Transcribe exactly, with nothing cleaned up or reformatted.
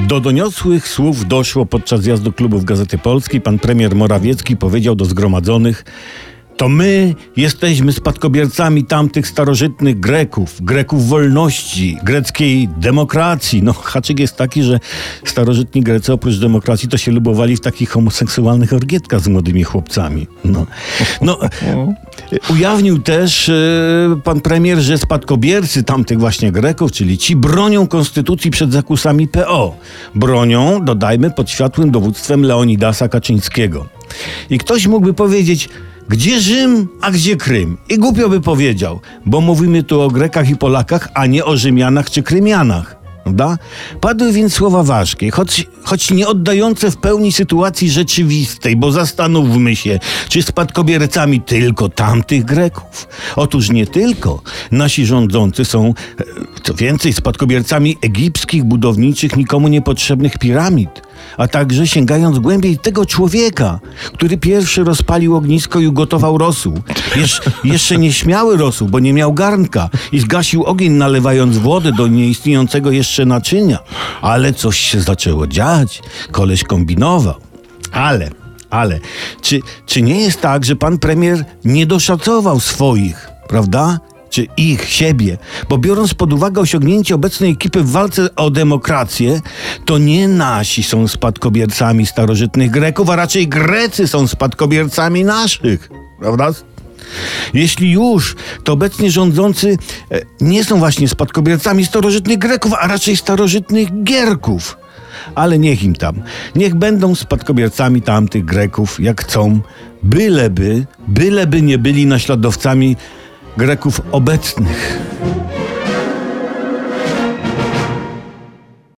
Do doniosłych słów doszło podczas zjazdu klubów Gazety Polskiej. Pan premier Morawiecki powiedział do zgromadzonych: to my jesteśmy spadkobiercami tamtych starożytnych Greków, Greków wolności, greckiej demokracji. No, haczyk jest taki, że starożytni Grecy oprócz demokracji to się lubowali w takich homoseksualnych orgietkach z młodymi chłopcami. No, no ujawnił też e, pan premier, że spadkobiercy tamtych właśnie Greków, czyli ci, bronią konstytucji przed zakusami P O. Bronią, dodajmy, pod światłym dowództwem Leonidasa Kaczyńskiego. I ktoś mógłby powiedzieć: gdzie Rzym, a gdzie Krym? I głupio by powiedział, bo mówimy tu o Grekach i Polakach, a nie o Rzymianach czy Krymianach. Prawda? Padły więc słowa ważkie, choć, choć nie oddające w pełni sytuacji rzeczywistej, bo zastanówmy się, czy spadkobiercami tylko tamtych Greków? Otóż nie tylko. Nasi rządzący są, co więcej, spadkobiercami egipskich, budowniczych, nikomu niepotrzebnych piramid, a także, sięgając głębiej, tego człowieka, który pierwszy rozpalił ognisko i ugotował rosół. Jesz, jeszcze nieśmiały rosół, bo nie miał garnka, i zgasił ogień, nalewając wodę do nieistniejącego jeszcze naczynia. Ale coś się zaczęło dziać. Koleś kombinował. Ale, ale, czy, czy nie jest tak, że pan premier nie doszacował swoich, prawda? Czy ich, siebie, bo biorąc pod uwagę osiągnięcie obecnej ekipy w walce o demokrację, to nie nasi są spadkobiercami starożytnych Greków, a raczej Grecy są spadkobiercami naszych, prawda? Jeśli już, to obecnie rządzący e, nie są właśnie spadkobiercami starożytnych Greków, a raczej starożytnych Gierków. Ale niech im tam, niech będą spadkobiercami tamtych Greków, jak chcą, byleby, byleby nie byli naśladowcami Greków obecnych.